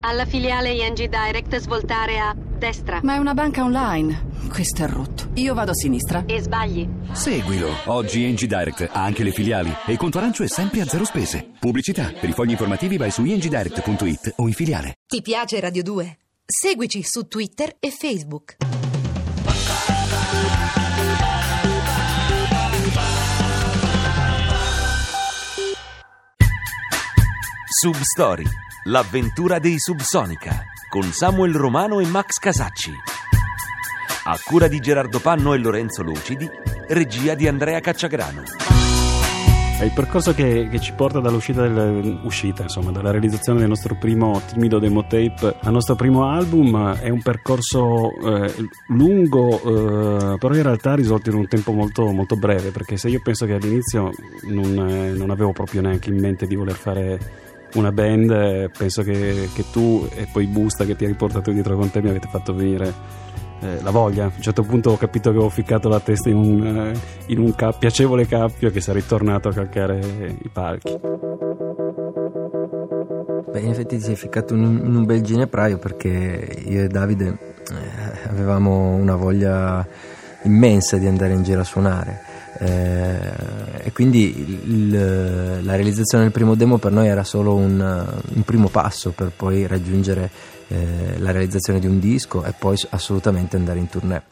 Alla filiale ING Direct svoltare a destra. Ma è una banca online. Questo è rotto. Io vado a sinistra. E sbagli. Seguilo. Oggi ING Direct ha anche le filiali e il conto arancio è sempre a zero spese. Pubblicità. Per i fogli informativi vai su ingdirect.it o in filiale. Ti piace Radio 2? Seguici su Twitter e Facebook. Substory, l'avventura dei Subsonica, con Samuel Romano e Max Casacci. A cura di Gerardo Panno e Lorenzo Lucidi, regia di Andrea Cacciagrano. Il percorso che ci porta dalla realizzazione del nostro primo timido demo tape al nostro primo album è un percorso lungo, però in realtà risolto in un tempo molto, molto breve, perché se io penso che all'inizio non avevo proprio neanche in mente di voler fare una band, penso che tu e poi Busta, che ti ha riportato dietro con te, mi avete fatto venire la voglia. A un certo punto ho capito che avevo ficcato la testa in un piacevole cappio che si è ritornato a calcare i palchi. Beh, in effetti ti sei ficcato in un bel ginepraio, perché io e Davide avevamo una voglia immensa di andare in giro a suonare, e quindi la realizzazione del primo demo per noi era solo un primo passo per poi raggiungere la realizzazione di un disco e poi assolutamente andare in tournée.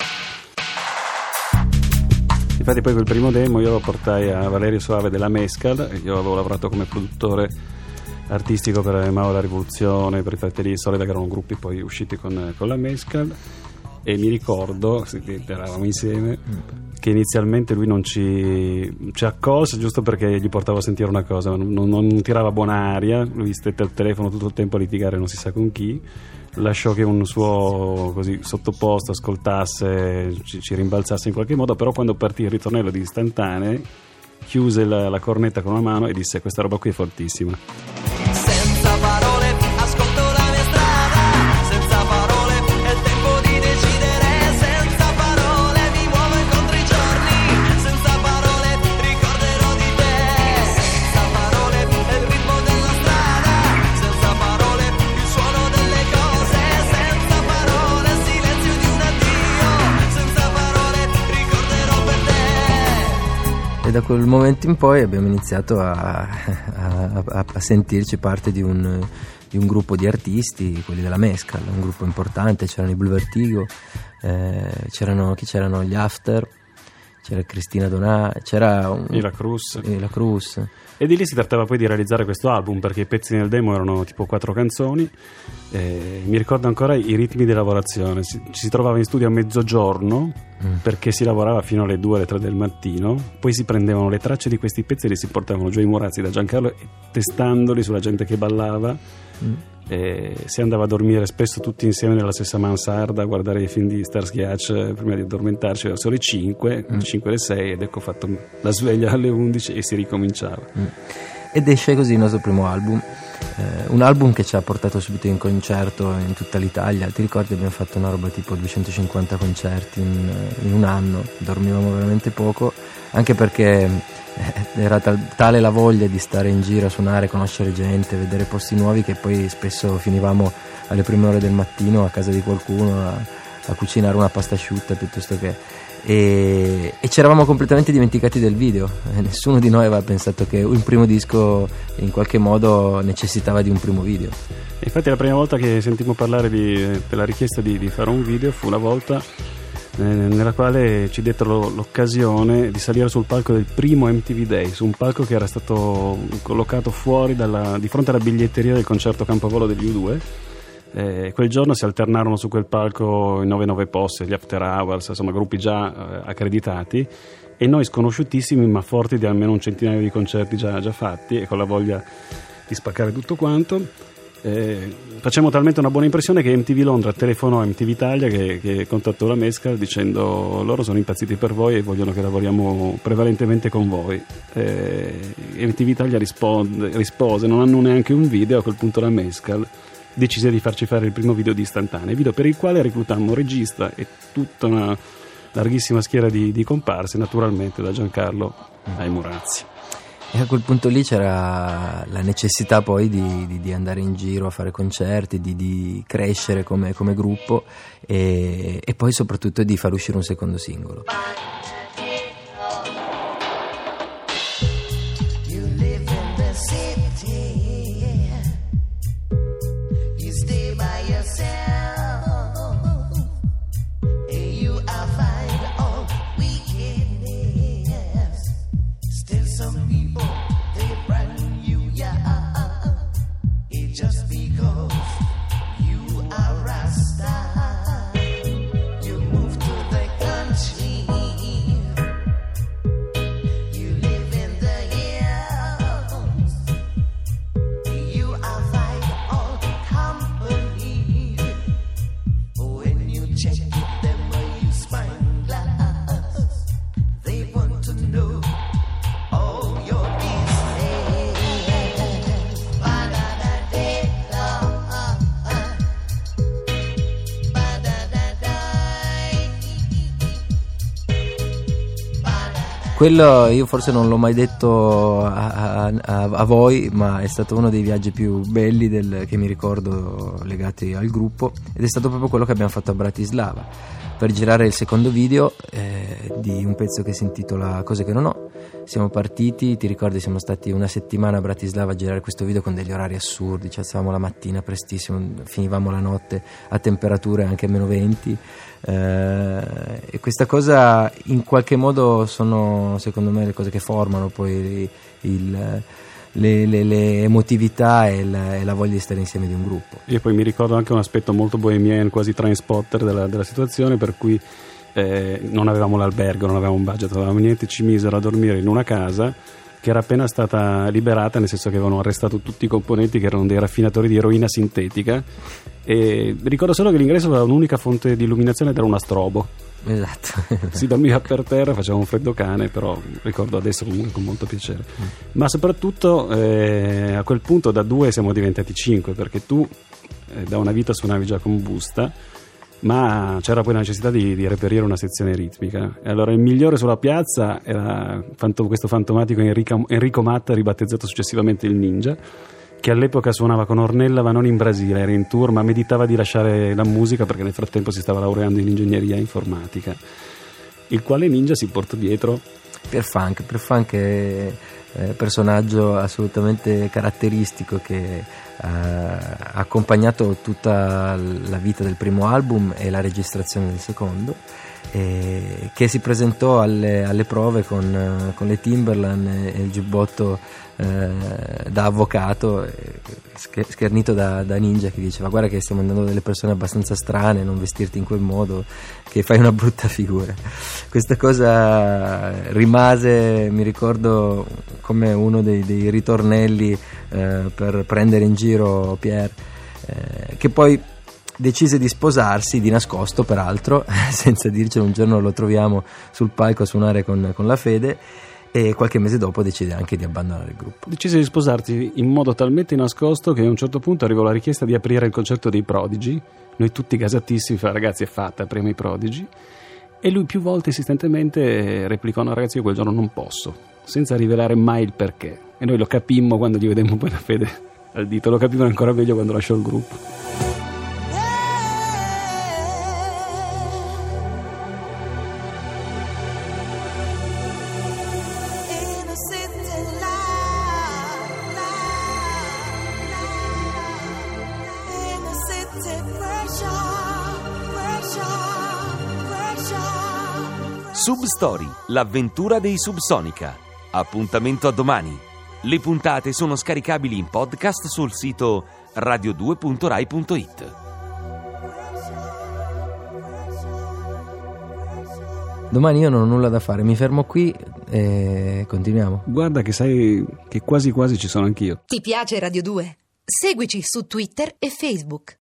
Infatti poi quel primo demo io lo portai a Valerio Soave della Mescal. Io avevo lavorato come produttore artistico per Mao la Rivoluzione, per i Fratelli di Solida, che erano gruppi poi usciti con la Mescal, e mi ricordo, eravamo insieme, che inizialmente lui non ci accolse giusto perché gli portavo a sentire una cosa, non tirava buona aria. Lui stette al telefono tutto il tempo a litigare non si sa con chi, lasciò che un suo così sottoposto ascoltasse, ci rimbalzasse in qualche modo, però quando partì il ritornello di Istantanee chiuse la cornetta con una mano e disse: questa roba qui è fortissima. Senza parole ascolto la mia strada, senza parole è il tempo di decidere, senza parole mi muovo incontro i giorni, senza parole ricorderò di te, senza parole è il ritmo della strada, senza parole il suono delle cose, senza parole il silenzio di un addio, senza parole ricorderò per te. E da quel momento in poi abbiamo iniziato a sentirci parte di un gruppo di artisti, quelli della Mescal, un gruppo importante. C'erano i Blue Vertigo, c'erano gli After, c'era Cristina Donà, c'era la Cruz. E di lì si trattava poi di realizzare questo album, perché i pezzi nel demo erano tipo 4 canzoni. Mi ricordo ancora i ritmi di lavorazione. Ci si trovava in studio a mezzogiorno, perché si lavorava fino alle 2 alle 3 del mattino, poi si prendevano le tracce di questi pezzi e li si portavano giù ai Murazzi da Giancarlo, testandoli sulla gente che ballava. Si andava a dormire spesso tutti insieme nella stessa mansarda a guardare i film di Starsky Hutch prima di addormentarci verso le 5 alle 6, ed ecco fatto la sveglia alle 11 e si ricominciava. Ed esce così il nostro primo album, un album che ci ha portato subito in concerto in tutta l'Italia. Ti ricordi, abbiamo fatto una roba tipo 250 concerti in un anno, dormivamo veramente poco, anche perché era tale la voglia di stare in giro a suonare, conoscere gente, vedere posti nuovi, che poi spesso finivamo alle prime ore del mattino a casa di qualcuno a cucinare una pasta asciutta piuttosto che... E ci eravamo completamente dimenticati del video. Nessuno di noi aveva pensato che un primo disco in qualche modo necessitava di un primo video. Infatti la prima volta che sentimmo parlare della richiesta di fare un video fu la volta nella quale ci dettero l'occasione di salire sul palco del primo MTV Day, su un palco che era stato collocato fuori di fronte alla biglietteria del concerto Campovolo degli U2. Quel giorno si alternarono su quel palco i 99 Posse, gli After Hours, insomma gruppi già accreditati, e noi sconosciutissimi ma forti di almeno un centinaio di concerti già fatti e con la voglia di spaccare tutto quanto. Facciamo talmente una buona impressione che MTV Londra telefonò a MTV Italia, che contattò la Mescal dicendo: loro sono impazziti per voi e vogliono che lavoriamo prevalentemente con voi. MTV Italia rispose: non hanno neanche un video. A quel punto la Mescal decise di farci fare il primo video di Istantanee, video per il quale reclutammo regista e tutta una larghissima schiera di comparse, naturalmente da Giancarlo ai Murazzi. E a quel punto lì c'era la necessità poi di andare in giro a fare concerti, di crescere come gruppo e poi soprattutto di far uscire un secondo singolo. Quello io forse non l'ho mai detto a voi, ma è stato uno dei viaggi più belli che mi ricordo legati al gruppo, ed è stato proprio quello che abbiamo fatto a Bratislava per girare il secondo video di un pezzo che si intitola Cose che non ho. Siamo partiti, ti ricordi, siamo stati una settimana a Bratislava a girare questo video con degli orari assurdi, ci alzavamo la mattina prestissimo, finivamo la notte a temperature anche a -20. E questa cosa in qualche modo sono secondo me le cose che formano poi le emotività e la voglia di stare insieme di un gruppo. Io poi mi ricordo anche un aspetto molto bohemian, quasi Trainspotter della situazione, per cui non avevamo l'albergo, non avevamo un budget, non avevamo niente, ci misero a dormire in una casa che era appena stata liberata, nel senso che avevano arrestato tutti i componenti che erano dei raffinatori di eroina sintetica, e ricordo solo che l'ingresso aveva un'unica fonte di illuminazione ed era una strobo. Esatto. Si dormiva per terra, faceva un freddo cane, però ricordo adesso comunque con molto piacere. Ma soprattutto a quel punto da 2 siamo diventati 5, perché tu da una vita suonavi già con busta, ma c'era poi la necessità di reperire una sezione ritmica, e allora il migliore sulla piazza era questo fantomatico Enrico Matta, ribattezzato successivamente il Ninja, che all'epoca suonava con Ornella Vanoni in Brasile, era in tour ma meditava di lasciare la musica perché nel frattempo si stava laureando in ingegneria informatica, il quale Ninja si portò dietro Pier Funk è personaggio assolutamente caratteristico che ha accompagnato tutta la vita del primo album e la registrazione del secondo, che si presentò alle prove con le Timberland e il giubbotto da avvocato, schernito da Ninja, che diceva: guarda che stiamo andando delle persone abbastanza strane, non vestirti in quel modo che fai una brutta figura. Questa cosa rimase, mi ricordo, come uno dei ritornelli per prendere in giro Pierre, che poi decise di sposarsi di nascosto, peraltro senza dircelo. Un giorno lo troviamo sul palco a suonare con la Fede, e qualche mese dopo decide anche di abbandonare il gruppo. Decise di sposarsi in modo talmente nascosto che a un certo punto arrivò la richiesta di aprire il concerto dei Prodigy. Noi tutti gasatissimi, ragazzi, è fatta, apriamo i Prodigy. E lui più volte insistentemente replicò: no ragazzi, io quel giorno non posso, senza rivelare mai il perché. E noi lo capimmo quando gli vedemmo poi la Fede al dito, lo capimmo ancora meglio quando lasciò il gruppo. Substory, l'avventura dei Subsonica. Appuntamento a domani. Le puntate sono scaricabili in podcast sul sito radio2.rai.it. Domani io non ho nulla da fare, mi fermo qui e continuiamo. Guarda che sai che quasi quasi ci sono anch'io. Ti piace Radio 2? Seguici su Twitter e Facebook.